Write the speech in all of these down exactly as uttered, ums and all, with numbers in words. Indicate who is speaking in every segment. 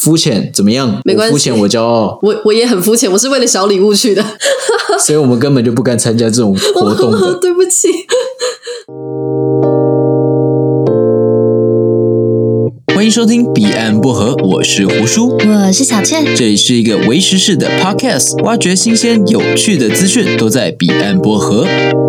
Speaker 1: 肤浅怎么样？
Speaker 2: 没关系，
Speaker 1: 我肤浅我骄傲。
Speaker 2: 我我也很肤浅，我是为了小礼物去的，
Speaker 1: 所以我们根本就不敢参加这种活动的。
Speaker 2: 对不起。
Speaker 1: 欢迎收听彼岸薄荷，我是胡叔，
Speaker 2: 我是小倩，
Speaker 1: 这里是一个微时事的 podcast， 挖掘新鲜有趣的资讯，都在彼岸薄荷。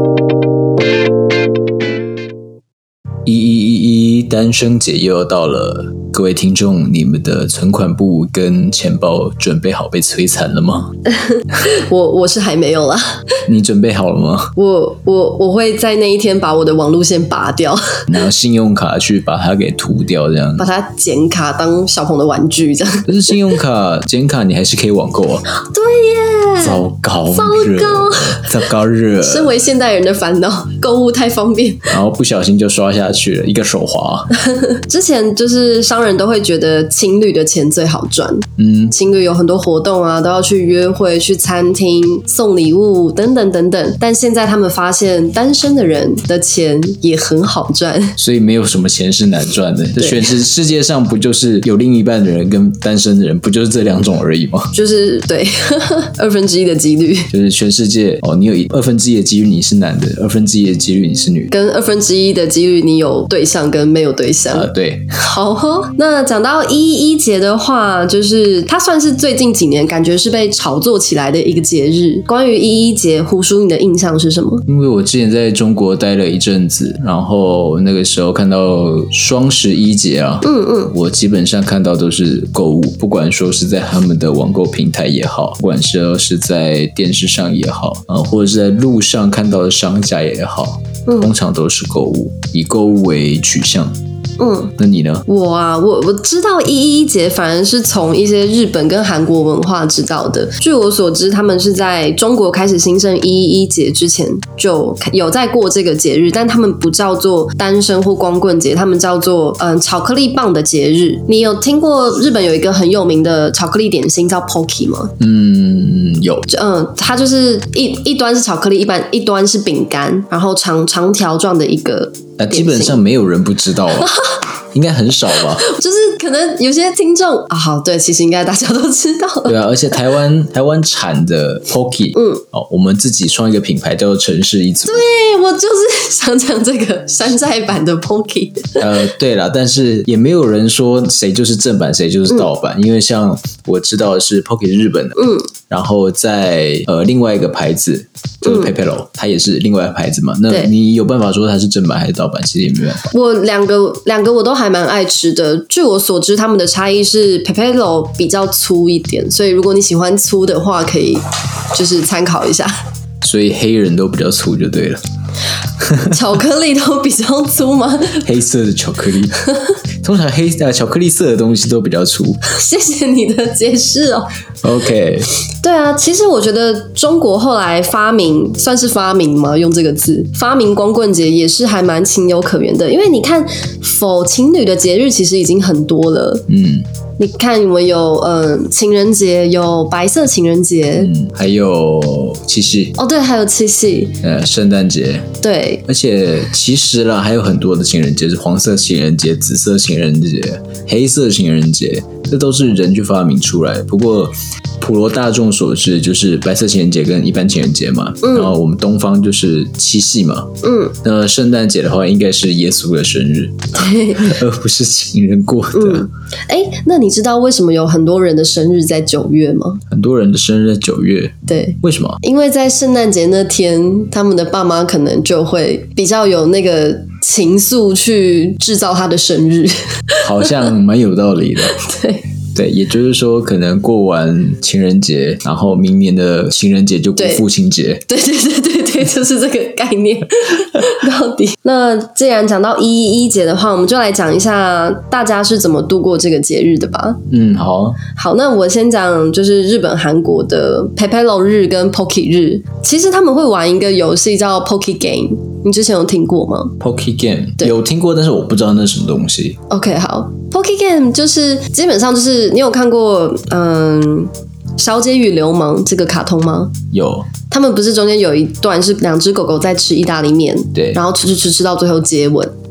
Speaker 1: 一一一一，单身节又要到了，各位听众，你们的存款簿跟钱包准备好被摧残了吗？
Speaker 2: 我我是还没有啦。
Speaker 1: 你准备好了吗？
Speaker 2: 我我我会在那一天把我的网路线拔掉，
Speaker 1: 拿信用卡去把它给涂掉，这样
Speaker 2: 把它剪卡当小朋友的玩具，这样。
Speaker 1: 可是信用卡剪卡你还是可以网购啊。
Speaker 2: 对耶，
Speaker 1: 糟糕，
Speaker 2: 糟糕，
Speaker 1: 糟糕热。
Speaker 2: 身为现代人的烦恼，购物太方便，
Speaker 1: 然后不小心就刷下去了，一个手滑。
Speaker 2: 之前就是商人都会觉得情侣的钱最好赚，嗯，情侣有很多活动啊，都要去约会、去餐厅、送礼物等等等等。但现在他们发现，单身的人的钱也很好赚，
Speaker 1: 所以没有什么钱是难赚的。全世世界上不就是有另一半的人跟单身的人，不就是这两种而已吗？
Speaker 2: 就是对二分之一的几率，
Speaker 1: 就是全世界哦，你有二分之一的几率你是男的，二分之一的几率你是女的，
Speaker 2: 跟二分之一的几率你有对象跟没有对象
Speaker 1: 啊、呃，对。
Speaker 2: 好哦，那讲到一一一节的话，就是它算是最近几年感觉是被炒作起来的一个节日。关于一一节，胡叔你的印象是什么？
Speaker 1: 因为我之前在中国待了一阵子，然后那个时候看到双十一节啊，嗯嗯，我基本上看到都是购物，不管说是在他们的网购平台也好，不管是是在电视上也好，呃，或者是在路上看到的商家也好，嗯，通常都是购物，以购物为取向。嗯，那你呢？
Speaker 2: 我啊，我我知道一一一节反而是从一些日本跟韩国文化知道的。据我所知，他们是在中国开始兴盛一一一节之前就有在过这个节日，但他们不叫做单身或光棍节，他们叫做嗯巧克力棒的节日。你有听过日本有一个很有名的巧克力点心叫 Pocky 吗？
Speaker 1: 嗯，有。
Speaker 2: 嗯，它就是一一端是巧克力，一般一端是饼干，然后长长条状的一个。
Speaker 1: 啊，基本上没有人不知道啊，应该很少吧？
Speaker 2: 就是可能有些听众啊，好，对，其实应该大家都知道。
Speaker 1: 对啊，而且台湾台湾产的 Pocky， 嗯，哦，我们自己创一个品牌叫做城市一族。
Speaker 2: 对，我就是想讲这个山寨版的 Pocky。
Speaker 1: 呃，对啦，但是也没有人说谁就是正版，谁就是盗版，嗯、因为像我知道的是 Pocky 是日本的，嗯，然后在呃另外一个牌子就是 Pepelo，、嗯、它也是另外一个牌子嘛。那你有办法说它是正版还是盗版？其实也没办法。
Speaker 2: 我两个两个我都还蛮爱吃的。据我所知，他们的差异是 Pepelo 比较粗一点，所以如果你喜欢粗的话，可以就是参考一下。
Speaker 1: 所以黑人都比较粗就对了。
Speaker 2: 巧克力都比较粗吗？
Speaker 1: 黑色的巧克力，通常黑呃巧克力色的东西都比较粗。
Speaker 2: 谢谢你的解释哦。
Speaker 1: OK，
Speaker 2: 对啊，其实我觉得中国后来发明，算是发明吗？用这个字，发明光棍节也是还蛮情有可原的，因为你看，否情侣的节日其实已经很多了。嗯。你看，我们有呃情人节，有白色情人节，
Speaker 1: 嗯，还有七夕。
Speaker 2: 哦，对，还有七夕，
Speaker 1: 呃，圣诞节，
Speaker 2: 对，
Speaker 1: 而且其实啦，还有很多的情人节，是黄色情人节、紫色情人节、黑色情人节，这都是人去发明出来的。不过普罗大众所知就是白色情人节跟一般情人节嘛，嗯、然后我们东方就是七夕嘛，嗯，那圣诞节的话应该是耶稣的生日，而不是情人过的。
Speaker 2: 哎、嗯，那你知道为什么有很多人的生日在九月吗？
Speaker 1: 很多人的生日在九月，
Speaker 2: 对，
Speaker 1: 为什么？
Speaker 2: 因为在圣诞节那天，他们的爸妈可能就会比较有那个情愫去制造他的生日，
Speaker 1: 好像蛮有道理的。
Speaker 2: 对。
Speaker 1: 对，也就是说，可能过完情人节，然后明年的情人节就过父亲节。
Speaker 2: 对对对对对，就是这个概念。到底，那既然讲到一一一节的话，我们就来讲一下大家是怎么度过这个节日的吧。
Speaker 1: 嗯，好。
Speaker 2: 好，那我先讲就是日本、韩国的 Pepelo 日跟 Pocky 日。其实他们会玩一个游戏叫 Pocky Game， 你之前有听过吗？
Speaker 1: Pocky Game 有听过，但是我不知道那是什么东西。
Speaker 2: OK， 好。Pocky Game 就是基本上就是你有看过嗯《小姐与流氓》这个卡通吗？
Speaker 1: 有。
Speaker 2: 他们不是中间有一段是两只狗狗在吃意大利面，
Speaker 1: 对，
Speaker 2: 然后吃吃吃吃到最后接吻。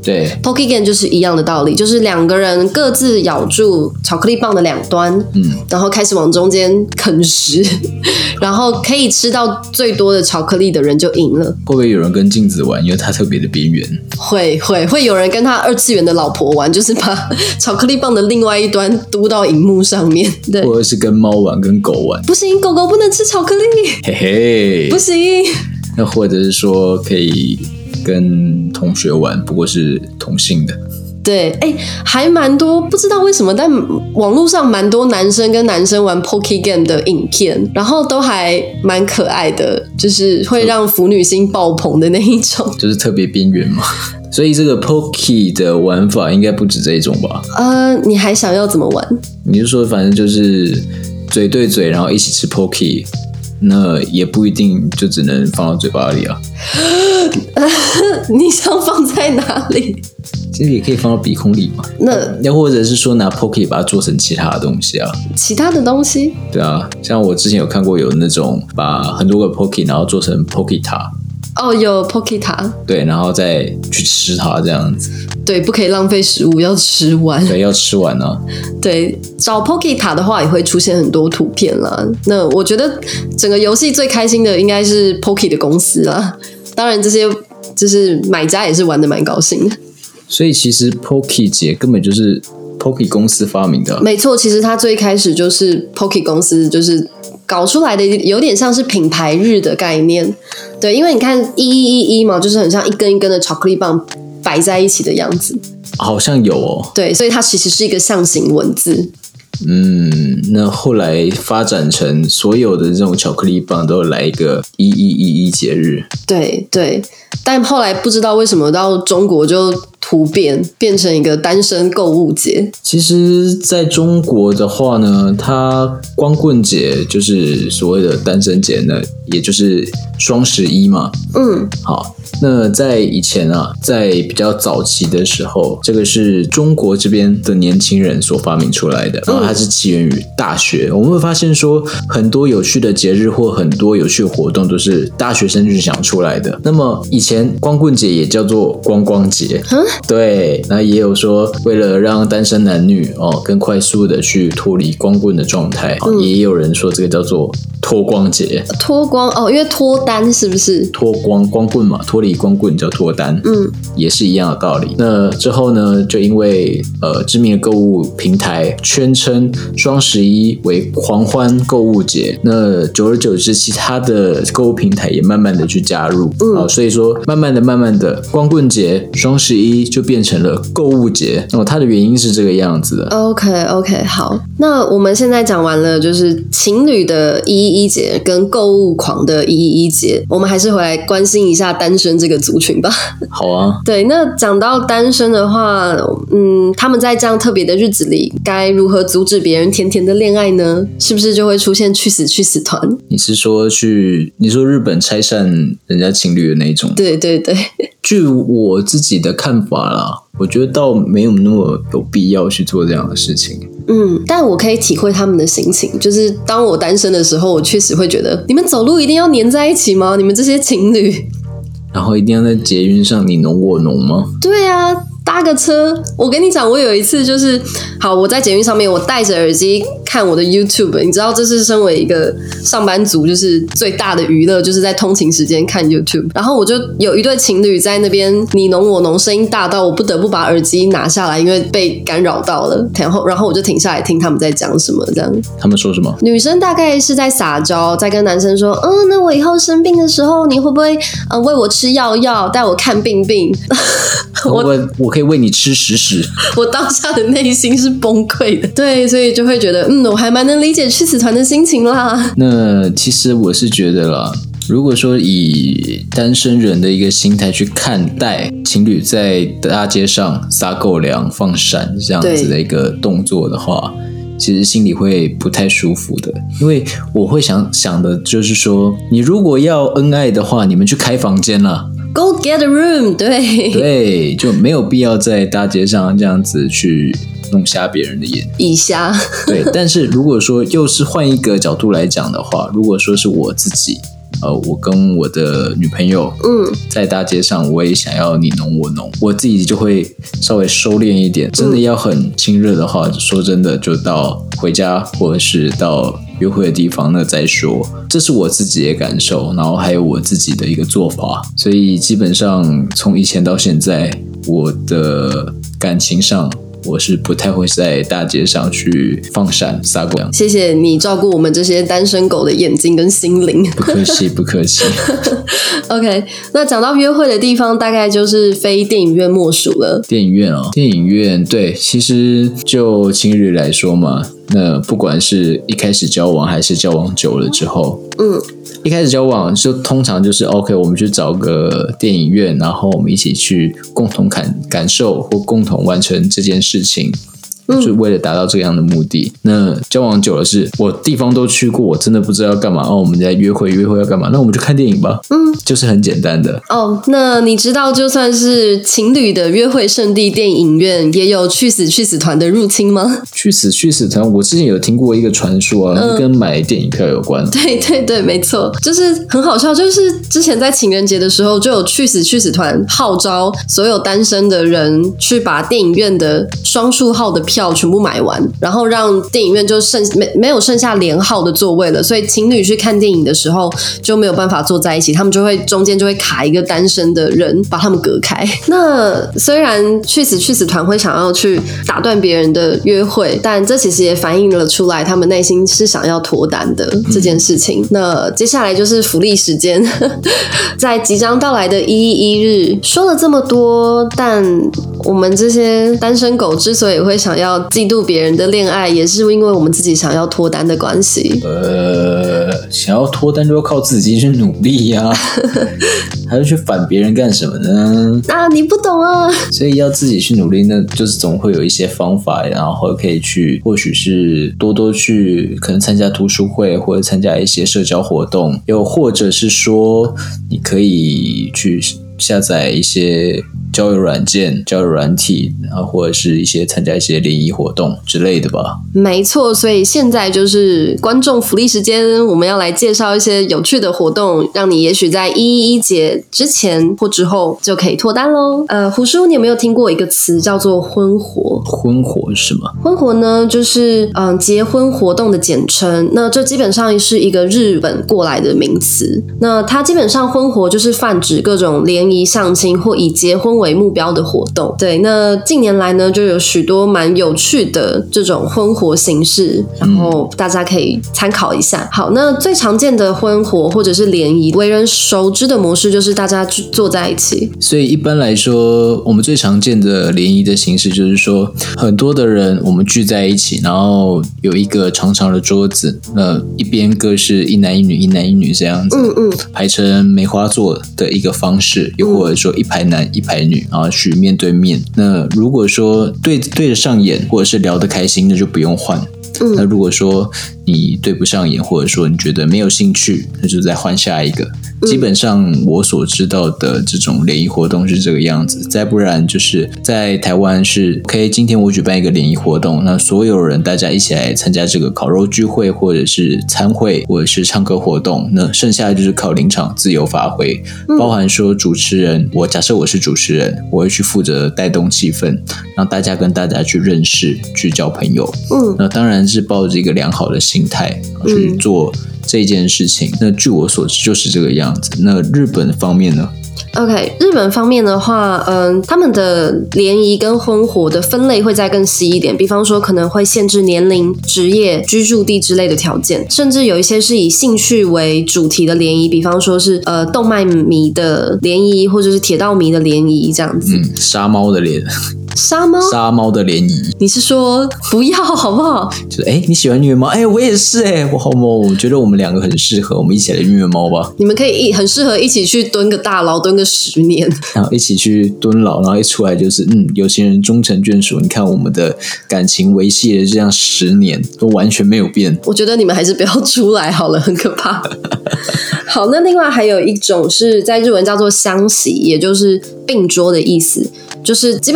Speaker 1: 对
Speaker 2: Pocky Game 就是一样的道理，就是两个人各自咬住巧克力棒的两端，嗯，然后开始往中间啃食，然后可以吃到最多的巧克力的人就赢了。
Speaker 1: 会不会有人跟镜子玩，因为它特别的边缘？
Speaker 2: 会会会有人跟他二次元的老婆玩，就是把巧克力棒的另外一端嘟到荧幕上面。对，
Speaker 1: 或者是跟猫玩，跟狗玩。
Speaker 2: 不行，狗狗不能吃巧克力。
Speaker 1: 嘿嘿，
Speaker 2: 不行。
Speaker 1: 那或者是说可以跟同学玩，不过是同性的。
Speaker 2: 对，哎，还蛮多，不知道为什么，但网络上蛮多男生跟男生玩 Pocky Game 的影片，然后都还蛮可爱的，就是会让腐女心爆棚的那一种，
Speaker 1: 就是特别边缘嘛。所以这个 Pocky 的玩法应该不止这一种吧？
Speaker 2: 呃，你还想要怎么玩？
Speaker 1: 你就说反正就是嘴对嘴，然后一起吃 Pocky。那也不一定就只能放到嘴巴里啊。
Speaker 2: 你想放在哪里？
Speaker 1: 其实也可以放到鼻孔里嘛。
Speaker 2: 那
Speaker 1: 又或者是说拿 Pocky 把它做成其他的东西啊。
Speaker 2: 其他的东西？对
Speaker 1: 啊，像我之前有看过有那种把很多个 Pocky 然后做成 Pocky 塔。
Speaker 2: 哦，有 Pocky 塔。对，
Speaker 1: 然后再去吃它这样子。
Speaker 2: 对，不可以浪费食物，要吃完。
Speaker 1: 对，要吃完啊。对，
Speaker 2: 找 Pocky 塔的话也会出现很多图片啦。那我觉得整个游戏最开心的应该是 Pocky 的公司啦。当然，这些就是买家也是玩的蛮高兴的。
Speaker 1: 所以其实 Pocky 节根本就是 Pocky 公司发明的。
Speaker 2: 没错，其实它最开始就是 Pocky 公司就是搞出来的，有点像是品牌日的概念。对，因为你看一一一一嘛，就是很像一根一根的巧克力棒摆在一起的样子。好
Speaker 1: 像有哦。
Speaker 2: 对，所以它其实是一个象形文字。
Speaker 1: 嗯，那后来发展成所有的这种巧克力棒都来一个一一一一节日。
Speaker 2: 对对，但后来不知道为什么到中国就突变，变成一个单身购物节。
Speaker 1: 其实在中国的话呢，它光棍节就是所谓的单身节呢，也就是双十一嘛。嗯，好。那在以前啊，在比较早期的时候，这个是中国这边的年轻人所发明出来的，然后它是起源于大学。我们会发现说，很多有趣的节日或很多有趣的活动都是大学生去想出来的。那么以前光棍节也叫做光光节，对，那也有说为了让单身男女哦更快速的去脱离光棍的状态，嗯、也有人说这个叫做脱光节。
Speaker 2: 脱光哦，因为脱单是不是？
Speaker 1: 脱光光棍嘛，脱离光棍叫脱单，嗯，也是一样的道理。那之后呢，就因为呃知名的购物平台宣称双十一为狂欢购物节，那久而久之，其他的购物平台也慢慢的去加入，嗯、哦，所以说慢慢的、慢慢的，光棍节、双十一就变成了购物节。哦，它的原因是这个样子的。
Speaker 2: OK OK， 好，那我们现在讲完了，就是情侣的一一一节跟购物狂的一一一节，我们还是回来关心一下单身这个族群吧。
Speaker 1: 好啊。
Speaker 2: 对，那讲到单身的话，嗯，他们在这样特别的日子里，该如何阻止别人甜甜的恋爱呢？是不是就会出现去死去死团？
Speaker 1: 你是说去，你说日本拆散人家情侣的那种？
Speaker 2: 对对对。
Speaker 1: 据我自己的看法啦，我觉得倒没有那么有必要去做这样的事情。
Speaker 2: 嗯，但我可以体会他们的心情，就是当我单身的时候，我确实会觉得，你们走路一定要黏在一起吗？你们这些情侣，
Speaker 1: 然后一定要在捷运上你侬我侬吗？
Speaker 2: 对啊，搭个车。我跟你讲，我有一次就是好，我在捷运上面，我戴着耳机看我的 YouTube， 你知道这是身为一个上班族就是最大的娱乐，就是在通勤时间看 YouTube。然后我就有一对情侣在那边你侬我侬，声音大到我不得不把耳机拿下来，因为被干扰到了。然后然后我就停下来听他们在讲什么，这样。
Speaker 1: 他们说什么？
Speaker 2: 女生大概是在撒娇，在跟男生说，嗯，那我以后生病的时候，你会不会呃喂我吃药药，带我看病病？
Speaker 1: 我我我可以喂你吃屎屎。
Speaker 2: 我当下的内心是崩溃的，对，所以就会觉得，嗯，我还蛮能理解去死团的心情啦。
Speaker 1: 那其实我是觉得啦，如果说以单身人的一个心态去看待情侣在大街上撒狗粮、放闪这样子的一个动作的话，其实心里会不太舒服的，因为我会想想的就是说，你如果要恩爱的话，你们去开房间啦。
Speaker 2: Go get a room， 对
Speaker 1: 对，就没有必要在大街上这样子去弄瞎别人的眼，
Speaker 2: 以瞎。
Speaker 1: 对，但是如果说又是换一个角度来讲的话，如果说是我自己， 呃，我跟我的女朋友，嗯，在大街上我也想要你侬我侬，我自己就会稍微收敛一点。真的要很亲热的话，说真的就到回家或者是到约会的地方那再说，这是我自己的感受，然后还有我自己的一个做法。所以基本上从以前到现在，我的感情上我是不太会在大街上去放闪撒光。
Speaker 2: 谢谢你照顾我们这些单身狗的眼睛跟心灵。
Speaker 1: 不客气不客气。
Speaker 2: OK， 那讲到约会的地方，大概就是非电影院莫属了。
Speaker 1: 电影院哦，电影院，对，其实就情侣来说嘛，那不管是一开始交往还是交往久了之后，嗯，一开始交往就通常就是 OK， 我们去找个电影院，然后我们一起去共同感感受或共同完成这件事情。就为了达到这样的目的。那交往久了是我地方都去过，我真的不知道要干嘛哦。我们在约会，约会要干嘛？那我们就看电影吧。嗯，就是很简单的。哦，
Speaker 2: 那你知道，就算是情侣的约会圣地电影院，也有去死去死团的入侵吗？
Speaker 1: 去死去死团，我之前有听过一个传说啊，嗯、跟买电影票有关。
Speaker 2: 对对对，没错，就是很好笑。就是之前在情人节的时候，就有去死去死团号召所有单身的人去把电影院的双数号的票全部买完，然后让电影院就剩没没有剩下连号的座位了，所以情侣去看电影的时候就没有办法坐在一起，他们就会中间就会卡一个单身的人把他们隔开。那虽然去死去死团会想要去打断别人的约会，但这其实也反映了出来他们内心是想要脱单的这件事情。嗯、那接下来就是福利时间，在即将到来的一一一日，说了这么多，但我们这些单身狗之所以会想要嫉妒别人的恋爱，也是因为我们自己想要脱单的关系。
Speaker 1: 呃，想要脱单就要靠自己去努力呀、啊，还要去反别人干什么呢？
Speaker 2: 啊，你不懂啊！
Speaker 1: 所以要自己去努力，那就是总会有一些方法，然后可以去，或许是多多去，可能参加读书会，或者参加一些社交活动，又或者是说，你可以去下载一些交友软件、交友软体，然后或者是一些参加一些联谊活动之类的吧。
Speaker 2: 没错，所以现在就是观众福利时间，我们要来介绍一些有趣的活动，让你也许在一一一节之前或之后就可以脱单咯。呃，胡叔，你有没有听过一个词叫做婚活？
Speaker 1: 婚活是什么？
Speaker 2: 婚活呢，就是嗯、呃、结婚活动的简称。那这基本上是一个日本过来的名词。那它基本上婚活就是泛指各种联谊、相亲或以结婚为目标的活动。对，那近年来呢，就有许多蛮有趣的这种婚活形式，然后大家可以参考一下。好，那最常见的婚活或者是联谊，为人熟知的模式就是大家坐在一起。
Speaker 1: 所以一般来说，我们最常见的联谊的形式就是说，很多的人我们聚在一起，然后有一个长长的桌子，那一边各是一男一女，一男一女这样子，嗯嗯，排成梅花座的一个方式，又或者说一排男一排女，然后去面对面。那如果说对对得上眼，或者是聊得开心，那就不用换。嗯、那如果说你对不上眼，或者说你觉得没有兴趣，那就再换下一个。嗯、基本上我所知道的这种联谊活动是这个样子，再不然就是在台湾是 OK， 今天我举办一个联谊活动，那所有人大家一起来参加这个烤肉聚会，或者是餐会，或者是唱歌活动，那剩下的就是靠临场自由发挥，嗯、包含说主持人，我假设我是主持人，我会去负责带动气氛，让大家跟大家去认识，去交朋友。嗯，那当然是抱着一个良好的心态去做这件事情。嗯、那据我所知就是这个样子。那日本方面呢
Speaker 2: ？OK， 日本方面的话，嗯，他们的联谊跟婚活的分类会再更细一点，比方说可能会限制年龄、职业、居住地之类的条件，甚至有一些是以兴趣为主题的联谊，比方说是呃动漫迷的联谊，或者是铁道迷的联谊这样子。
Speaker 1: 嗯，杀猫的联
Speaker 2: 杀猫
Speaker 1: 杀猫的联谊，
Speaker 2: 你是说不要好不好？
Speaker 1: 就是哎、欸，你喜欢虐猫？哎、欸，我也是哎、欸，我好萌，我觉得我们两个很适合，我们一起来虐猫吧。
Speaker 2: 你们可以一很适合一起去蹲个大牢，蹲个十年，
Speaker 1: 然后一起去蹲牢，然后一出来就是嗯，有情人终成眷属。你看我们的感情维系了这样十年，都完全没有变。
Speaker 2: 我觉得你们还是不要出来好了，很可怕。好，那另外还有一种是在日文叫做相席，也就是并桌的意思。就是基本上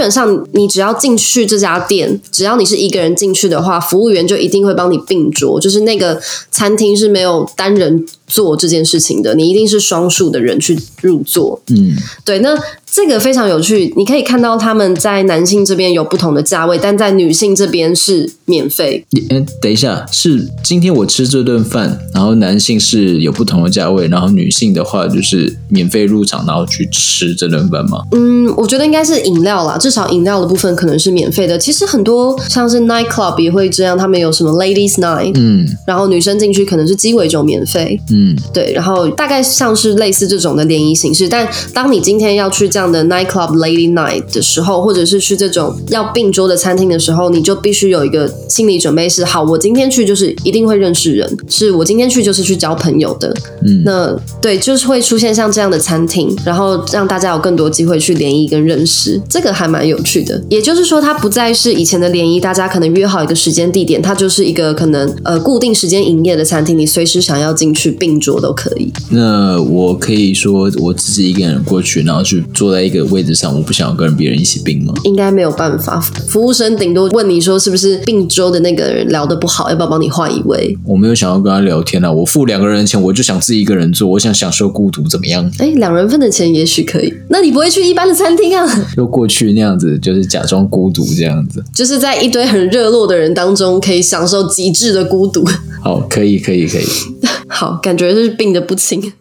Speaker 2: 你只要进去这家店，只要你是一个人进去的话，服务员就一定会帮你并桌，就是那个餐厅是没有单人做这件事情的，你一定是双数的人去入座。嗯，对，那这个非常有趣，你可以看到他们在男性这边有不同的价位，但在女性这边是免费。
Speaker 1: 欸、等一下，是今天我吃这顿饭，然后男性是有不同的价位，然后女性的话就是免费入场，然后去吃这顿饭吗？
Speaker 2: 嗯，我觉得应该是饮料啦，至少饮料的部分可能是免费的。其实很多像是 night club 也会这样，他们有什么 ladies night， 嗯，然后女生进去可能是鸡尾酒免费，嗯，对，然后大概像是类似这种的联谊形式。但当你今天要去这样的 night club lady night 的时候，或者是去这种要并桌的餐厅的时候，你就必须有一个心理准备是，好，我今天去就是一定会认识人，是我今天去就是去交朋友的。嗯，那对，就是会出现像这样的餐厅，然后让大家有更多机会去联谊跟认识，这个还蛮有趣的。也就是说，它不再是以前的联谊，大家可能约好一个时间地点，它就是一个可能呃固定时间营业的餐厅，你随时想要进去并桌都可以。
Speaker 1: 那我可以说我自己一个人过去，然后去坐在一个位置上，我不想要跟别人一起并吗？
Speaker 2: 应该没有办法，服务生顶多问你说是不是并桌的那个人聊得不好，要不要帮你换一位。
Speaker 1: 我没有想要跟他聊天啊，我付两个人的钱，我就想自己一个人做，我想享受孤独，怎么样？
Speaker 2: 哎，两人份的钱也许可以，那你不会去一般的餐厅啊？
Speaker 1: 就过去那样子，就是假装孤独这样子，
Speaker 2: 就是在一堆很热络的人当中，可以享受极致的孤独。
Speaker 1: 好，可以，可以，可以。
Speaker 2: 好，感觉是病得不轻。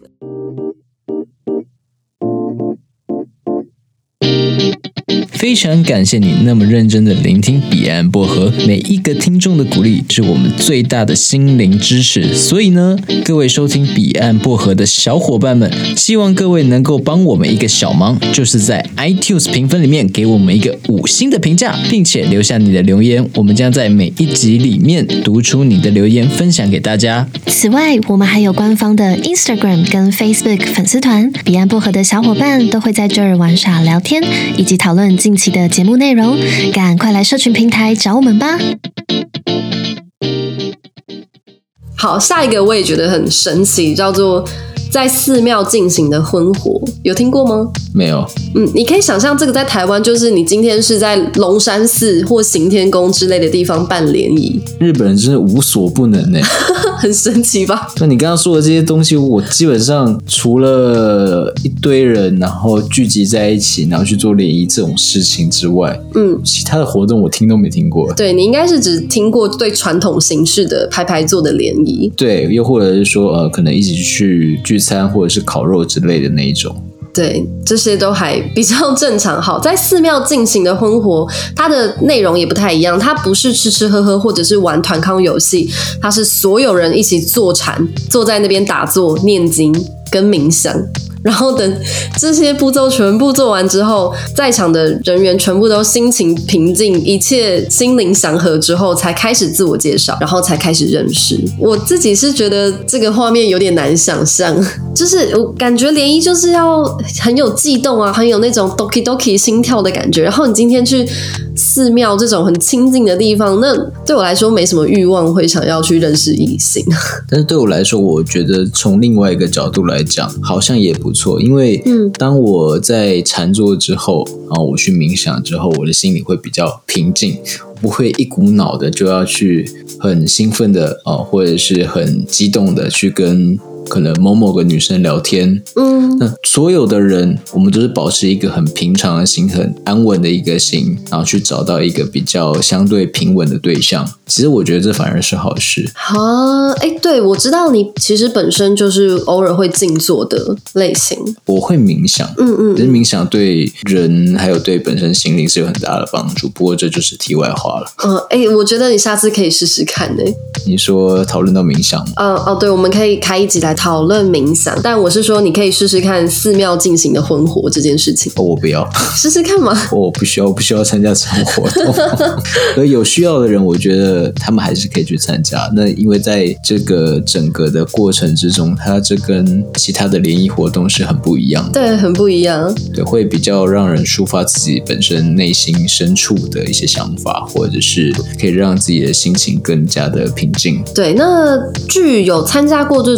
Speaker 1: 非常感谢你那么认真的聆听彼岸薄荷，每一个听众的鼓励是我们最大的心灵支持。所以呢，各位收听彼岸薄荷的小伙伴们，希望各位能够帮我们一个小忙，就是在 iTunes 评分里面给我们一个五星的评价，并且留下你的留言，我们将在每一集里面读出你的留言，分享给大家。
Speaker 3: 此外，我们还有官方的 Instagram 跟 Facebook 粉丝团，彼岸薄荷的小伙伴都会在这儿玩耍聊天，以及讨论近期的节目内容，赶快来社群平台找我们吧。
Speaker 2: 好，下一个我也觉得很神奇，叫做在寺庙进行的婚活，有听过吗？
Speaker 1: 没有。
Speaker 2: 嗯，你可以想象这个在台湾，就是你今天是在龙山寺或行天宫之类的地方办联谊，
Speaker 1: 日本人真是无所不能呢，
Speaker 2: 很神奇吧？
Speaker 1: 那你刚刚说的这些东西，我基本上除了一堆人然后聚集在一起，然后去做联谊这种事情之外，嗯，其他的活动我听都没听过。
Speaker 2: 对，你应该是只听过对传统形式的排排坐的联谊，
Speaker 1: 对，又或者是说呃，可能一起去聚餐或者是烤肉之类的那一种。
Speaker 2: 对，这些都还比较正常。好，在寺庙进行的婚活，它的内容也不太一样，它不是吃吃喝喝或者是玩团康游戏，它是所有人一起坐禅，坐在那边打坐念经跟冥想。然后等这些步骤全部做完之后，在场的人员全部都心情平静，一切心灵祥和之后，才开始自我介绍，然后才开始认识。我自己是觉得这个画面有点难想象，就是我感觉联谊就是要很有悸动啊，很有那种 doki doki 心跳的感觉。然后你今天去寺庙这种很清静的地方，那对我来说没什么欲望会想要去认识异性。
Speaker 1: 但是对我来说，我觉得从另外一个角度来讲，好像也不错，因为当我在禅坐之后，然后我去冥想之后，我的心里会比较平静，不会一股脑的就要去很兴奋的、呃、或者是很激动的去跟可能某某个女生聊天，嗯，那所有的人我们都是保持一个很平常的心，很安稳的一个心，然后去找到一个比较相对平稳的对象。其实我觉得这反而是好事
Speaker 2: 啊。哎，对，我知道你其实本身就是偶尔会静坐的类型。
Speaker 1: 我会冥想，嗯嗯，其实冥想对人还有对本身心灵是有很大的帮助，不过这就是题外话了。
Speaker 2: 嗯，哎，我觉得你下次可以试试看呢。
Speaker 1: 你说讨论到冥想吗？
Speaker 2: 嗯哦，对，我们可以开一集来讨论冥想，但我是说你可以试试看寺庙进行的婚活这件事情。
Speaker 1: 哦，我不要
Speaker 2: 试试看吗？
Speaker 1: 哦，我不需要，我不需要参加这种活动。而有需要的人，我觉得他们还是可以去参加。那因为在这个整个的过程之中，它这跟其他的联谊活动是很不一样的。
Speaker 2: 对，很不一样。对，
Speaker 1: 会比较让人抒发自己本身内心深处的一些想法，或者是可以让自己的心情更加的平静。
Speaker 2: 对，那据有参加过这种寺庙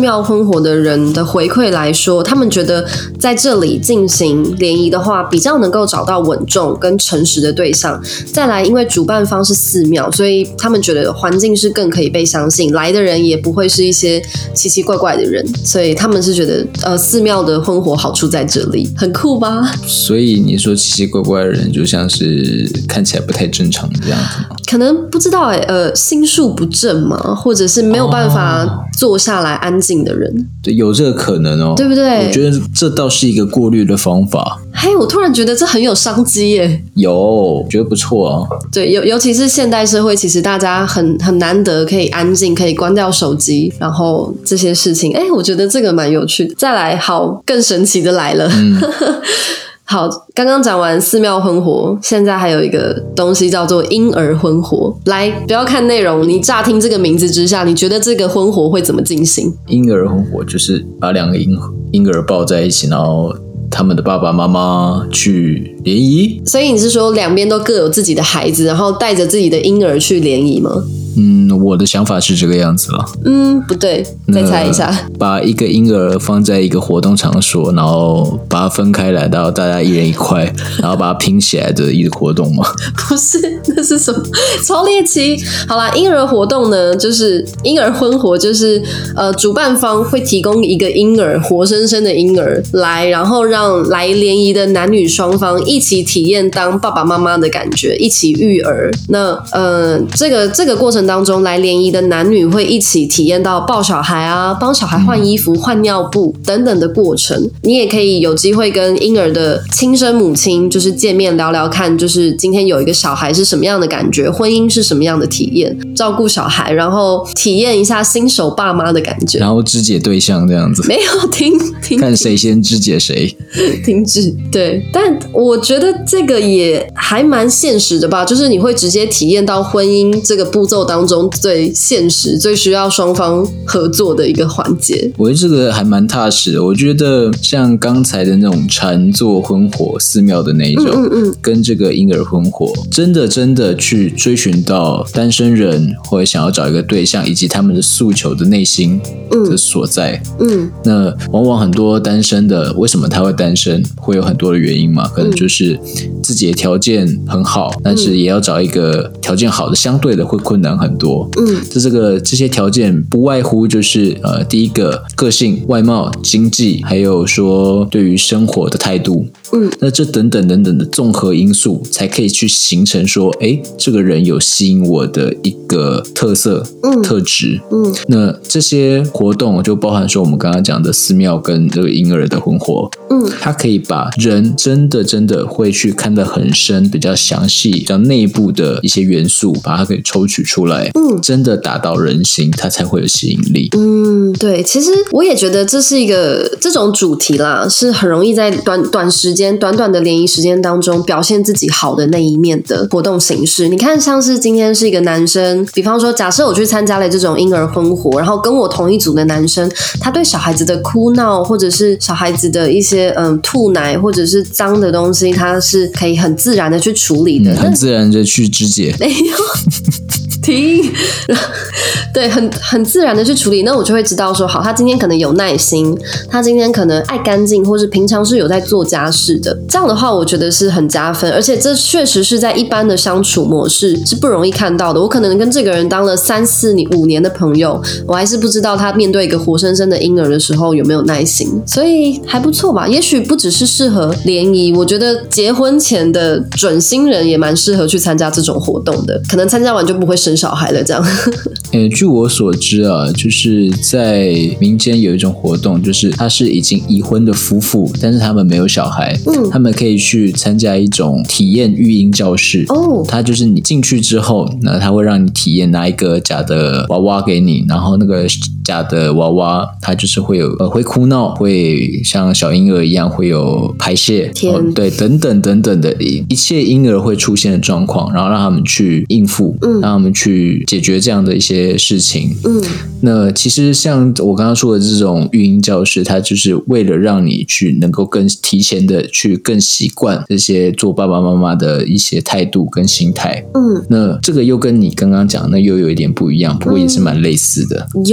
Speaker 2: 庙婚活的人的回馈来说，他们觉得在这里进行联谊的话，比较能够找到稳重跟诚实的对象。再来，因为主办方是寺庙，所以他们觉得环境是更可以被相信，来的人也不会是一些奇奇怪怪的人，所以他们是觉得呃寺庙的婚活好处在这里，很酷吧？
Speaker 1: 所以你说奇奇怪怪的人，就像是看起来不太正常这样子吗？
Speaker 2: 可能不知道哎、欸，呃，心术不正嘛，或者是没有办法坐下来安静的人，
Speaker 1: 对，有这个可能哦，
Speaker 2: 对不对？
Speaker 1: 我觉得这倒是一个过滤的方法。
Speaker 2: 嘿，我突然觉得这很有商机耶。
Speaker 1: 有，觉得不错啊。
Speaker 2: 对，尤尤其是现代社会，其实大家很很难得可以安静，可以关掉手机，然后这些事情，哎，我觉得这个蛮有趣的。再来，好，更神奇的来了。嗯好，刚刚讲完寺庙婚活，现在还有一个东西叫做婴儿婚活。来，不要看内容，你乍听这个名字之下，你觉得这个婚活会怎么进行？
Speaker 1: 婴儿婚活就是把两个婴婴儿抱在一起，然后他们的爸爸妈妈去联谊。
Speaker 2: 所以你是说两边都各有自己的孩子，然后带着自己的婴儿去联谊吗？
Speaker 1: 嗯，我的想法是这个样子了。
Speaker 2: 嗯，不对，再猜一下。
Speaker 1: 把一个婴儿放在一个活动场所，然后把它分开来，然后大家一人一块，然后把它拼起来的一个活动吗？
Speaker 2: 不是，那是什么？超猎奇。好啦，婴儿活动呢，就是婴儿婚活，就是呃，主办方会提供一个婴儿，活生生的婴儿来，然后让来联谊的男女双方一起体验当爸爸妈妈的感觉，一起育儿。那呃，这个这个过程当中，来联谊的男女会一起体验到抱小孩啊，帮小孩换衣服、换尿布等等的过程。你也可以有机会跟婴儿的亲生母亲就是见面聊聊看，就是今天有一个小孩是什么样的感觉，婚姻是什么样的体验，照顾小孩，然后体验一下新手爸妈的感觉，
Speaker 1: 然后肢解对象这样子。
Speaker 2: 没有停停，
Speaker 1: 看谁先肢解谁。
Speaker 2: 停止。对，但我觉得这个也还蛮现实的吧，就是你会直接体验到婚姻这个步骤当中最现实、最需要双方合作的一个环节。
Speaker 1: 我觉得这个还蛮踏实的。我觉得像刚才的那种禅坐婚活、寺庙的那一种，嗯嗯嗯，跟这个婴儿婚活，真的真的去追寻到单身人或者想要找一个对象以及他们的诉求的内心的所在。嗯，嗯那往往很多单身的，为什么他会单身？会有很多的原因嘛，可能就是自己的条件很好，嗯、但是也要找一个条件好的，相对的会困难很多。嗯，这这个这些条件不外乎就是呃，第一个个性、外貌、经济，还有说对于生活的态度。嗯，那这等等等等的综合因素，才可以去形成说，哎，这个人有吸引我的一个特色、嗯、特质。嗯，那这些活动就包含说我们刚刚讲的寺庙跟这个婴儿的婚活。嗯，它可以把人真的真的会去看得很深、比较详细、比较内部的一些元素，把它给抽取出来。嗯，真的打到人心，它才会有吸引力。
Speaker 2: 嗯，对，其实我也觉得这是一个这种主题啦，是很容易在短短时间、短短的联谊时间当中表现自己好的那一面的活动形式。你看，像是今天是一个男生，比方说，假设我去参加了这种婴儿婚活，然后跟我同一组的男生，他对小孩子的哭闹，或者是小孩子的一些嗯吐奶或者是脏的东西，他是可以很自然的去处理的，
Speaker 1: 嗯、很自然的去肢解。
Speaker 2: 没有。停，对，很很自然的去处理，那我就会知道说，好，他今天可能有耐心，他今天可能爱干净，或是平常是有在做家事的。这样的话，我觉得是很加分，而且这确实是在一般的相处模式是不容易看到的。我可能跟这个人当了三四年、五年的朋友，我还是不知道他面对一个活生生的婴儿的时候有没有耐心，所以还不错吧。也许不只是适合联谊，我觉得结婚前的准新人也蛮适合去参加这种活动的，可能参加完就不会生小孩了这样。
Speaker 1: 欸、据我所知啊，就是在民间有一种活动，就是他是已经已婚的夫妇，但是他们没有小孩，嗯，他们可以去参加一种体验育婴教室。哦，他就是你进去之后，那他会让你体验拿一个假的娃娃给你，然后那个假的娃娃它就是会有呃会哭闹，会像小婴儿一样会有排泄，哦、对，等等等等的一切婴儿会出现的状况，然后让他们去应付，嗯，让他们去解决这样的一些事情。嗯，那其实像我刚刚说的这种育婴教室，它就是为了让你去能够更提前的去更习惯这些做爸爸妈妈的一些态度跟心态。嗯，那这个又跟你刚刚讲的又有一点不一样，不过也是蛮类似的。
Speaker 2: 有是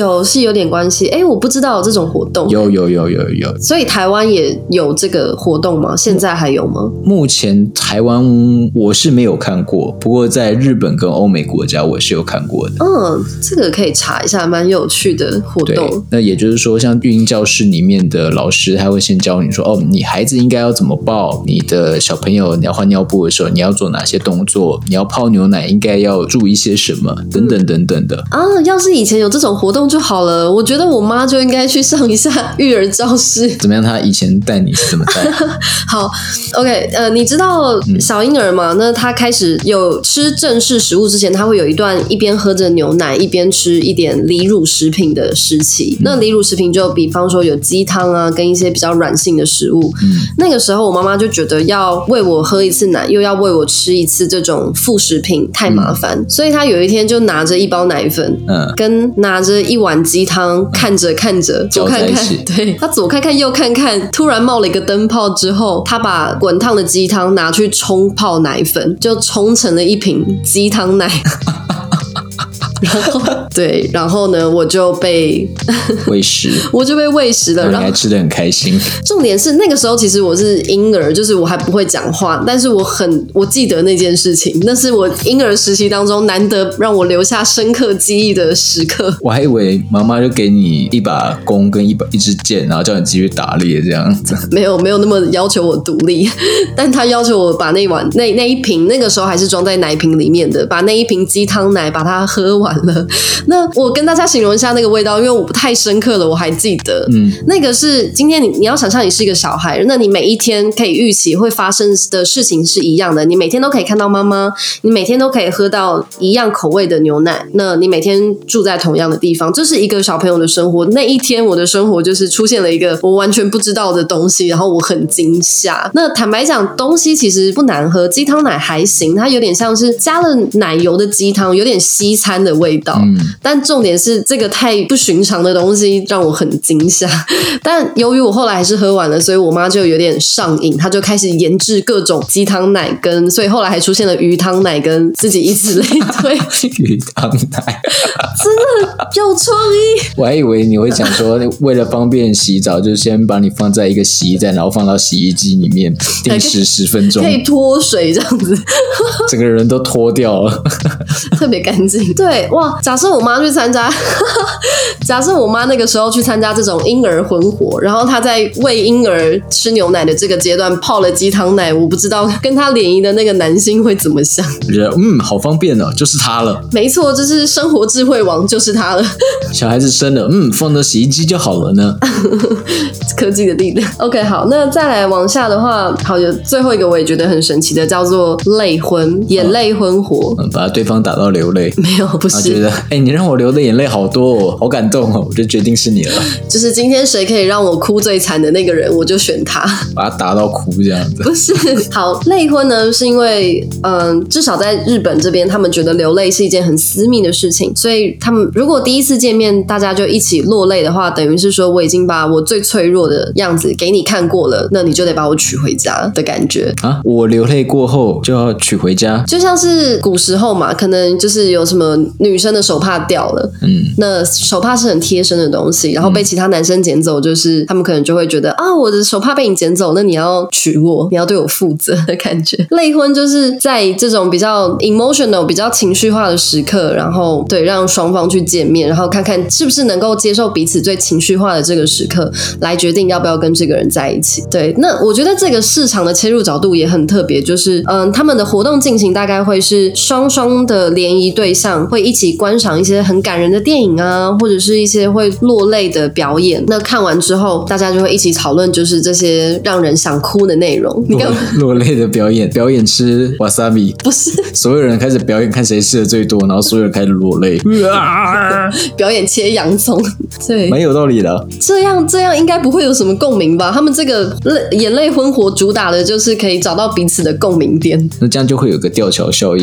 Speaker 2: 有点关系。哎，我不知道有这种活动。
Speaker 1: 有有有有有。
Speaker 2: 所以台湾也有这个活动吗？现在还有吗？
Speaker 1: 目前台湾我是没有看过，不过在日本跟欧美国家我是有看过的。
Speaker 2: 嗯，这个可以查一下，蛮有趣的活动。
Speaker 1: 对，那也就是说，像育婴教室里面的老师，他会先教你说，哦，你孩子应该要怎么抱，你的小朋友你要换尿布的时候，你要做哪些动作，你要泡牛奶应该要注意些什么，等等等等的。
Speaker 2: 啊，要是以前有这种活动就好了。我觉得我妈就应该去上一下育儿教室。
Speaker 1: 怎么样？她以前带你是怎么带？
Speaker 2: 好 ，OK， 呃，你知道小婴儿嘛？那他开始有吃正式食物之前，他会有一段一边喝着牛奶一边吃一点离乳食品的时期。嗯、那离乳食品就比方说有鸡汤啊，跟一些比较软性的食物。嗯、那个时候我妈妈就觉得要喂我喝一次奶，又要喂我吃一次这种副食品太麻烦，嗯、所以她有一天就拿着一包奶粉，嗯，跟拿着一碗鸡汤，看着看着左看看，对，她左看看右看看，突然冒了一个灯泡之后，她把滚烫的鸡汤拿去冲泡奶粉，就冲成了一瓶鸡汤奶。然后对，然后呢，我就被
Speaker 1: 喂食，
Speaker 2: 我就被喂食了，
Speaker 1: 然后你还吃得很开心。
Speaker 2: 重点是那个时候其实我是婴儿，就是我还不会讲话，但是我很我记得那件事情，那是我婴儿时期当中难得让我留下深刻记忆的时刻。
Speaker 1: 我还以为妈妈就给你一把弓跟一把一支箭，然后叫你继续打猎这样子。
Speaker 2: 没有没有那么要求我独立，但他要求我把那碗那那一瓶，那个时候还是装在奶瓶里面的，把那一瓶鸡汤奶把它喝完了。那我跟大家形容一下那个味道，因为我不太深刻了，我还记得，嗯，那个是今天你你要想象你是一个小孩，那你每一天可以预期会发生的事情是一样的，你每天都可以看到妈妈，你每天都可以喝到一样口味的牛奶，那你每天住在同样的地方，这是一个小朋友的生活。那一天我的生活就是出现了一个我完全不知道的东西，然后我很惊吓。那坦白讲，东西其实不难喝，鸡汤奶还行，它有点像是加了奶油的鸡汤，有点西餐的味道。嗯、但重点是这个太不寻常的东西让我很惊吓，但由于我后来还是喝完了，所以我妈就有点上瘾，她就开始研制各种鸡汤奶跟，所以后来还出现了鱼汤奶跟自己以此类推。
Speaker 1: 鱼汤奶
Speaker 2: 真的有创意。
Speaker 1: 我还以为你会讲说为了方便洗澡就先把你放在一个洗衣袋，然后放到洗衣机里面定时十分钟，
Speaker 2: 可以脱水这样子，
Speaker 1: 整个人都脱掉了，
Speaker 2: 特别干净。对，哇，假设我妈去参加假设我妈那个时候去参加这种婴儿婚活，然后她在喂婴儿吃牛奶的这个阶段泡了鸡汤奶，我不知道跟她联谊的那个男性会怎么想。
Speaker 1: 我觉得嗯，好方便哦，就是他了。
Speaker 2: 没错，就是生活智慧王，就是他了。
Speaker 1: 小孩子生了，嗯，放到洗衣机就好了呢。
Speaker 2: 科技的力量。OK， 好，那再来往下的话，好，有最后一个我也觉得很神奇的，叫做泪婚，眼泪婚活，
Speaker 1: 嗯，把对方打到流泪。
Speaker 2: 没有，不是。
Speaker 1: 觉得哎、欸，你让我流的眼泪好多哦，好感动哦，我就决定是你了。
Speaker 2: 就是今天谁可以让我哭最惨的那个人，我就选他，
Speaker 1: 把他打到哭这样子。
Speaker 2: 不是，好，泪婚呢，是因为嗯，至少在日本这边，他们觉得流泪是一件很私密的事情，所以他们如果第一次见面大家就一起落泪的话，等于是说我已经把我最脆弱的样子给你看过了，那你就得把我娶回家的感觉
Speaker 1: 啊。我流泪过后就要娶回家，
Speaker 2: 就像是古时候嘛，可能就是有什么女生的手帕掉了，嗯，那手帕是很贴身的东西，然后被其他男生捡走，就是他们可能就会觉得啊，我的手帕被你捡走，那你要娶我，你要对我负责的感觉。泪婚就是在这种比较 emotional 比较情绪化的时刻，然后对让双方去见面，然后看看是不是能够接受彼此最情绪化的这个时刻，来决定要不要跟这个人在一起。对，那我觉得这个市场的切入角度也很特别，就是嗯，他们的活动进行大概会是双双的联谊对象会一起观赏一些很感人的电影啊，或者是一些会落泪的表演。那看完之后，大家就会一起讨论，就是这些让人想哭的内容。你
Speaker 1: 落, 落泪的表演，表演吃 wasabi，
Speaker 2: 不是
Speaker 1: 所有人开始表演，看谁吃的最多，然后所有人开始落泪。
Speaker 2: 表演切洋葱，对，
Speaker 1: 蛮有道理的。
Speaker 2: 这样这样应该不会有什么共鸣吧？他们这个眼泪婚活主打的就是可以找到彼此的共鸣点，
Speaker 1: 那这样就会有个吊桥效应。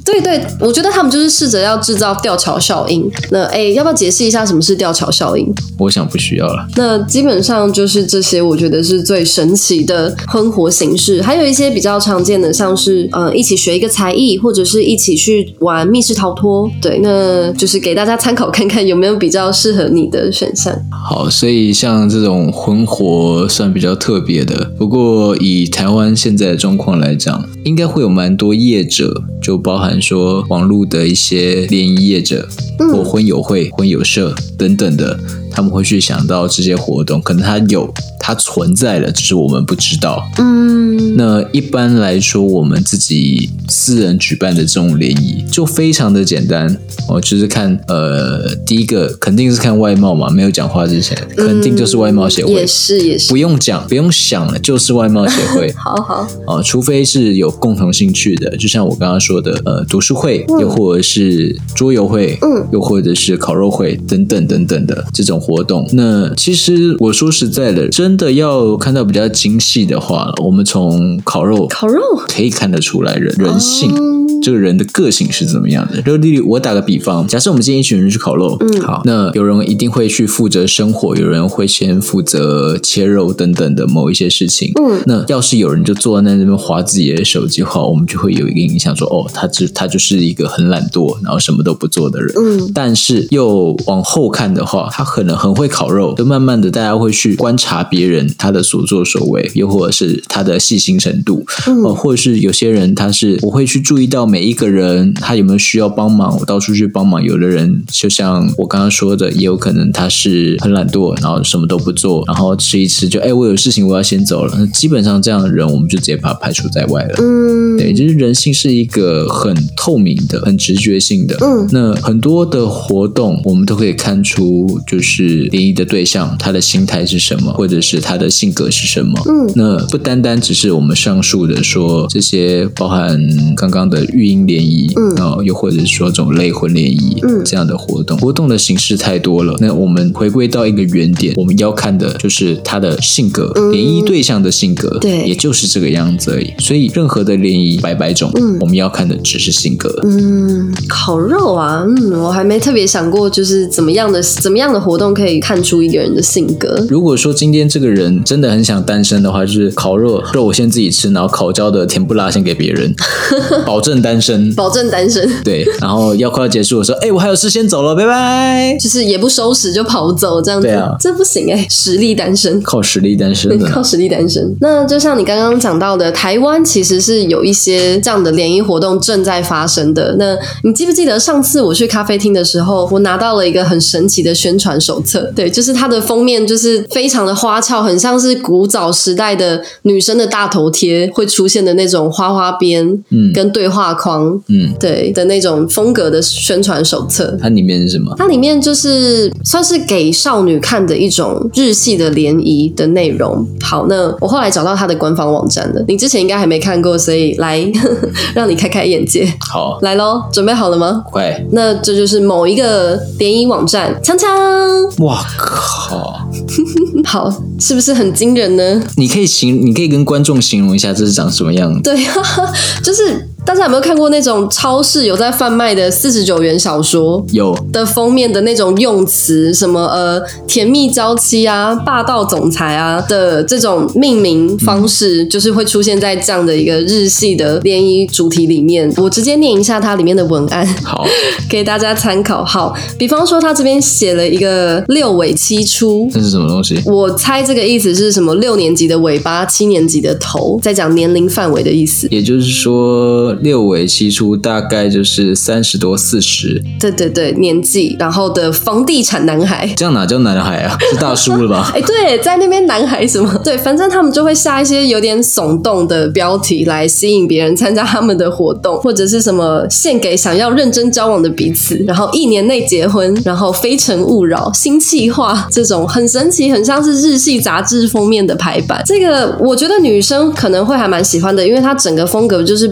Speaker 2: 对对，我觉得他们就是试着要制造吊桥效应。那哎，要不要解释一下什么是吊桥效应？
Speaker 1: 我想不需要了。
Speaker 2: 那基本上就是这些，我觉得是最神奇的婚活形式。还有一些比较常见的，像是呃一起学一个才艺，或者是一起去玩密室逃脱。对，那就是给大家参考看看有没有比较适合你的选项。
Speaker 1: 好，所以像这种婚活算比较特别的，不过以台湾现在的状况来讲，应该会有蛮多业者，就包含说网络的一些联谊业者、嗯、或婚友会、婚友社等等的，他们会去想到这些活动，可能它有它存在了，只是我们不知道。嗯，那一般来说，我们自己私人举办的这种联谊就非常的简单哦，就是看呃，第一个肯定是看外貌嘛，没有讲话之前，肯定就是外貌协会，
Speaker 2: 嗯、也是也是，
Speaker 1: 不用讲，不用想了，就是外貌协会。
Speaker 2: 好好
Speaker 1: 哦，除非是有共同兴趣的，就像我刚刚说的，呃，读书会，嗯、又或者是桌游会，嗯，又或者是烤肉会等等等等的这种活动。那其实我说实在的，真的要看到比较精细的话，我们从烤肉，
Speaker 2: 烤肉
Speaker 1: 可以看得出来人人性。哦，这个人的个性是怎么样的？就例如我打个比方，假设我们今天一群人去烤肉，嗯，好，那有人一定会去负责生火，有人会先负责切肉等等的某一些事情，嗯，那要是有人就坐在那边滑自己的手机的话，我们就会有一个印象说，哦，他就他就是一个很懒惰，然后什么都不做的人，嗯，但是又往后看的话，他可能很会烤肉，就慢慢的大家会去观察别人他的所作所为，又或者是他的细心程度，嗯，呃、或者是有些人他是我会去注意到每一个人他有没有需要帮忙，我到处去帮忙。有的人就像我刚刚说的，也有可能他是很懒惰，然后什么都不做，然后吃一吃就哎、欸，我有事情我要先走了。那基本上这样的人我们就直接把他排除在外了。嗯，对，就是人性是一个很透明的、很直觉性的。嗯，那很多的活动我们都可以看出，就是联谊的对象他的心态是什么，或者是他的性格是什么。嗯，那不单单只是我们上述的说这些，包含刚刚的育婴联谊，嗯、哦，又或者是说这种类婚联谊，嗯，这样的活动，活动的形式太多了。那我们回归到一个原点，我们要看的就是他的性格，嗯、联谊对象的性格，对，也就是这个样子而已。所以任何的联谊百百种，嗯，我们要看的只是性格。嗯，
Speaker 2: 烤肉啊，嗯，我还没特别想过，就是怎么样的怎么样的活动可以看出一个人的性格。
Speaker 1: 如果说今天这个人真的很想单身的话，就是烤肉肉我先自己吃，然后烤焦的甜不辣先给别人，保证单身，
Speaker 2: 保证单身。
Speaker 1: 对，然后要快要结束的时候，哎、欸，我还有事先走了，拜拜。
Speaker 2: 就是也不收拾就跑走这样子，
Speaker 1: 对啊，
Speaker 2: 这不行哎、欸，实力单身，
Speaker 1: 靠实力单身的，
Speaker 2: 靠实力单身。那就像你刚刚讲到的，台湾其实是有一些这样的联谊活动正在发生的。那你记不记得上次我去咖啡厅的时候，我拿到了一个很神奇的宣传手册？对，就是它的封面就是非常的花俏，很像是古早时代的女生的大头贴会出现的那种花花边，嗯，跟对话框，嗯，对的那种风格的宣传手册。
Speaker 1: 它里面是什么？
Speaker 2: 它里面就是算是给少女看的一种日系的联谊的内容。好，那我后来找到它的官方网站了，你之前应该还没看过，所以来呵呵让你开开眼界。
Speaker 1: 好，
Speaker 2: 来咯，准备好了吗？
Speaker 1: 快。
Speaker 2: 那这就是某一个联谊网站，锵锵！
Speaker 1: 哇靠！
Speaker 2: 好，是不是很惊人呢？
Speaker 1: 你可以形，你可以跟观众形容一下这是长什么样子？
Speaker 2: 对，就是大家有没有看过那种超市有在贩卖的四十九元小说？
Speaker 1: 有
Speaker 2: 的封面的那种用词，什么呃甜蜜娇妻啊、霸道总裁啊的这种命名方式，嗯、就是会出现在这样的一个日系的联谊主题里面。我直接念一下它里面的文案，
Speaker 1: 好，
Speaker 2: 给大家参考。好，比方说他这边写了一个六尾七出，
Speaker 1: 这是什么东西？
Speaker 2: 我猜这个意思是什么？六年级的尾巴，七年级的头，在讲年龄范围的意思。
Speaker 1: 也就是说，六尾七出大概就是三十多、四十。
Speaker 2: 对对对，年纪，然后的房地产男孩，
Speaker 1: 这样哪叫男孩啊？是大叔了吧？
Speaker 2: 哎，对，在那边男孩什么？对，反正他们就会下一些有点耸动的标题来吸引别人参加他们的活动，或者是什么献给想要认真交往的彼此，然后一年内结婚，然后非诚勿扰、新企划这种很神奇，很像是日系杂志封面的排版。这个我觉得女生可能会还蛮喜欢的，因为它整个风格就是 bling bling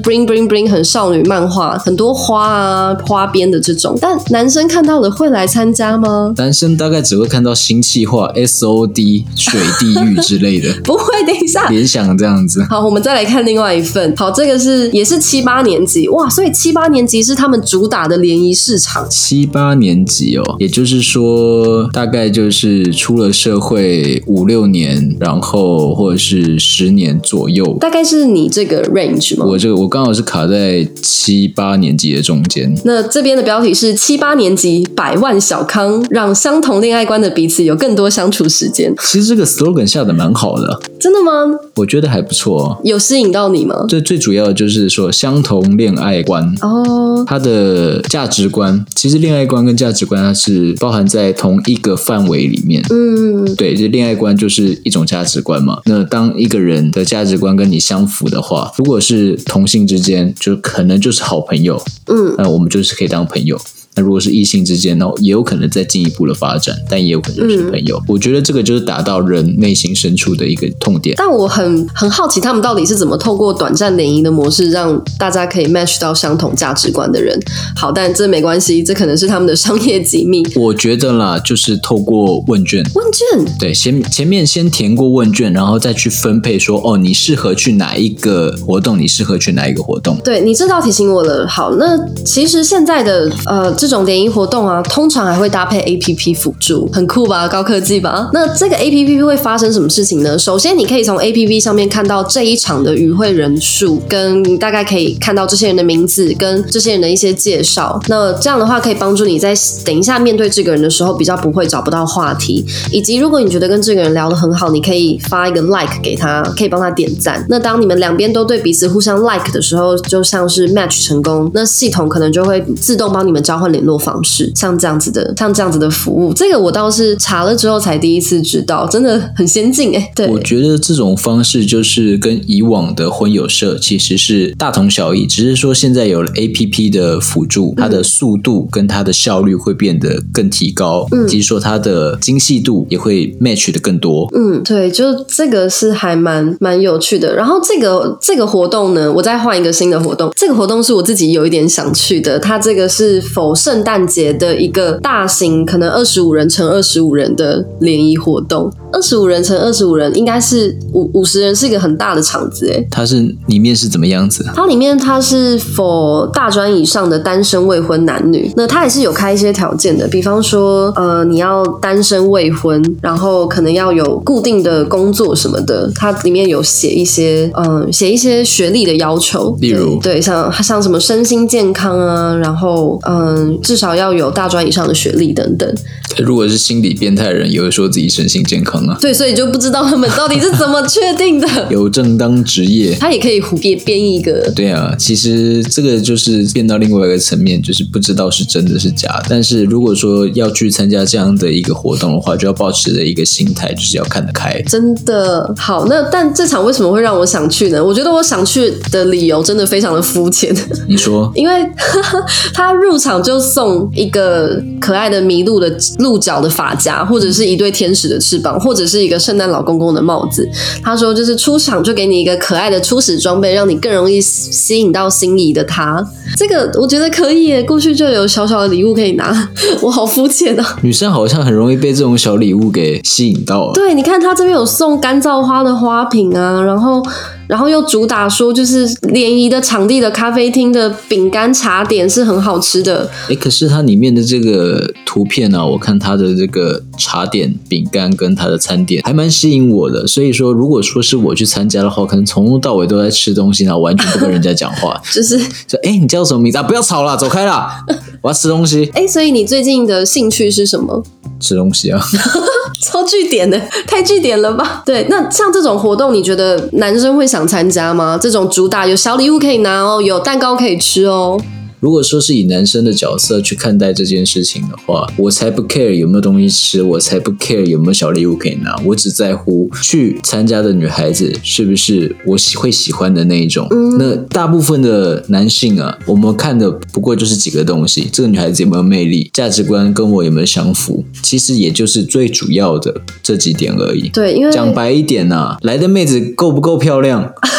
Speaker 2: bling bling 很少女漫画，很多花啊花边的这种，但男生看到了会来参加吗？
Speaker 1: 男生大概只会看到新企划 S O D 水地狱之类的
Speaker 2: 不会，等一下
Speaker 1: 联想这样子。
Speaker 2: 好，我们再来看另外一份。好，这个是也是七八年级，哇，所以七八年级是他们主打的联谊市场。
Speaker 1: 七八年级哦，也就是说大概就是出了社会五六年，然后或者是十年左右。
Speaker 2: 大概是你这个 range 吗？
Speaker 1: 我这个我刚好是卡在七八年级的中间。
Speaker 2: 那这边的标题是七八年级百万小康，让相同恋爱观的彼此有更多相处时间。
Speaker 1: 其实这个 slogan 下的蛮好的。
Speaker 2: 真的吗？
Speaker 1: 我觉得还不错哦。
Speaker 2: 有吸引到你吗？
Speaker 1: 最最主要的就是说相同恋爱观
Speaker 2: 哦，
Speaker 1: 它的价值观，其实恋爱观跟价值观它是包含在同一个范围里面。嗯，对，就恋爱观就是一种价值观嘛。那当一个人的价值观跟你相符的话，如果是同性之间，就可能就是好朋友。嗯，那我们就是可以当朋友。那如果是异性之间，那也有可能再进一步的发展，但也有可能是朋友。嗯、我觉得这个就是打到人内心深处的一个痛点。
Speaker 2: 但我很很好奇，他们到底是怎么透过短暂联谊的模式，让大家可以 match 到相同价值观的人。好，但这没关系，这可能是他们的商业机密。
Speaker 1: 我觉得啦，就是透过问卷，
Speaker 2: 问卷，
Speaker 1: 对，先前面先填过问卷，然后再去分配说，哦，你适合去哪一个活动，你适合去哪一个活动。
Speaker 2: 对，你这道提醒我了。好，那其实现在的呃这种联谊活动啊，通常还会搭配 A P P 辅助，很酷吧？高科技吧？那这个 A P P 会发生什么事情呢？首先，你可以从 A P P 上面看到这一场的与会人数，跟你大概可以看到这些人的名字，跟这些人的一些介绍。那这样的话，可以帮助你在等一下面对这个人的时候，比较不会找不到话题。以及，如果你觉得跟这个人聊得很好，你可以发一个 like 给他，可以帮他点赞。那当你们两边都对彼此互相 like 的时候，就像是 match 成功，那系统可能就会自动帮你们交换联络方式，像这样子的，像这样子的服务，这个我倒是查了之后才第一次知道，真的很先进哎。对，
Speaker 1: 我觉得这种方式就是跟以往的婚友社其实是大同小异，只是说现在有了 A P P 的辅助，它的速度跟它的效率会变得更提高，以及说它的精细度也会 match 的更多。
Speaker 2: 嗯，对，就这个是还蛮蛮有趣的。然后这个这个活动呢，我再换一个新的活动，这个活动是我自己有一点想去的，它这个是否圣诞节的一个大型，可能二十五人乘二十五人的联谊活动。二十五人乘二十五人，应该是五五十人，是一个很大的场子诶。
Speaker 1: 它是里面是怎么样子？
Speaker 2: 它里面它是 for 大专以上的单身未婚男女，那它也是有开一些条件的，比方说呃你要单身未婚，然后可能要有固定的工作什么的，它里面有写一些嗯写一些学历的要求，
Speaker 1: 例如
Speaker 2: 对, 对像像什么身心健康啊，然后嗯至少要有大专以上的学历等等。
Speaker 1: 如果是心理变态人，也会说自己身心健康啊。
Speaker 2: 对，所以就不知道他们到底是怎么确定的。
Speaker 1: 有正当职业，
Speaker 2: 他也可以胡编编一个。
Speaker 1: 对啊，其实这个就是变到另外一个层面，就是不知道是真的是假的。但是如果说要去参加这样的一个活动的话，就要抱持的一个心态，就是要看得开。
Speaker 2: 真的好，那但这场为什么会让我想去呢？我觉得我想去的理由真的非常的肤浅。
Speaker 1: 你说？
Speaker 2: 因为他入场就送一个可爱的麋鹿的鹿角的发夹，或者是一对天使的翅膀，或者是一个圣诞老公公的帽子。他说就是出场就给你一个可爱的初始装备，让你更容易吸引到心仪的他。这个我觉得可以耶，过去就有小小的礼物可以拿。我好肤浅啊！
Speaker 1: 女生好像很容易被这种小礼物给吸引到啊。
Speaker 2: 对，你看他这边有送干燥花的花瓶啊，然后然后又主打说就是联谊的场地的咖啡厅的饼干茶点是很好吃的。
Speaker 1: 诶，可是它里面的这个图片啊，我看它的这个茶点饼干跟它的餐点还蛮吸引我的，所以说如果说是我去参加的话，可能从头到尾都在吃东西，然后完全不跟人家讲话。
Speaker 2: 就是
Speaker 1: 说诶，你叫什么名字啊？不要吵啦，走开啦，我要吃东西。
Speaker 2: 诶，所以你最近的兴趣是什么？
Speaker 1: 吃东西啊。
Speaker 2: 超句点的，太句点了吧？对，那像这种活动你觉得男生会想参加吗？这种主打有小礼物可以拿哦，有蛋糕可以吃哦。
Speaker 1: 如果说是以男生的角色去看待这件事情的话，我才不 care 有没有东西吃，我才不 care 有没有小礼物可以拿，我只在乎去参加的女孩子是不是我喜会喜欢的那一种、嗯、那大部分的男性啊，我们看的不过就是几个东西，这个女孩子有没有魅力，价值观跟我有没有相符，其实也就是最主要的这几点而已。
Speaker 2: 对，因为
Speaker 1: 讲白一点啊，来的妹子够不够漂亮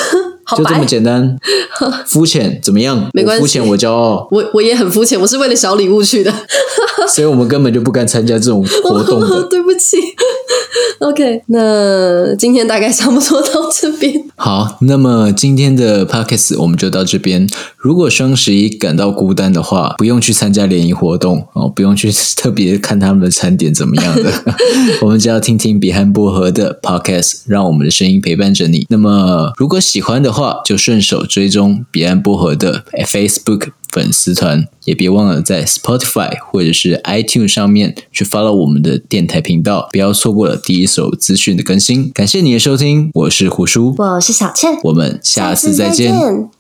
Speaker 1: 就这么简单。肤浅怎么样？
Speaker 2: 没关系，
Speaker 1: 我肤浅我骄傲。
Speaker 2: 我我也很肤浅，我是为了小礼物去的。
Speaker 1: 所以我们根本就不敢参加这种活动的。
Speaker 2: 对不起。OK， 那今天大概差不多到这边。
Speaker 1: 好，那么今天的 podcast 我们就到这边。如果双十一感到孤单的话，不用去参加联谊活动哦，不用去特别看他们的餐点怎么样的，我们只要听听彼岸薄荷的 podcast， 让我们的声音陪伴着你。那么如果喜欢的话，就顺手追踪彼岸薄荷的 Facebook 粉丝团，也别忘了在 Spotify 或者是 iTunes 上面去 follow 我们的电台频道，不要错过了第一手资讯的更新。感谢你的收听，我是胡叔，
Speaker 3: 我是小倩，
Speaker 1: 我们下次再见。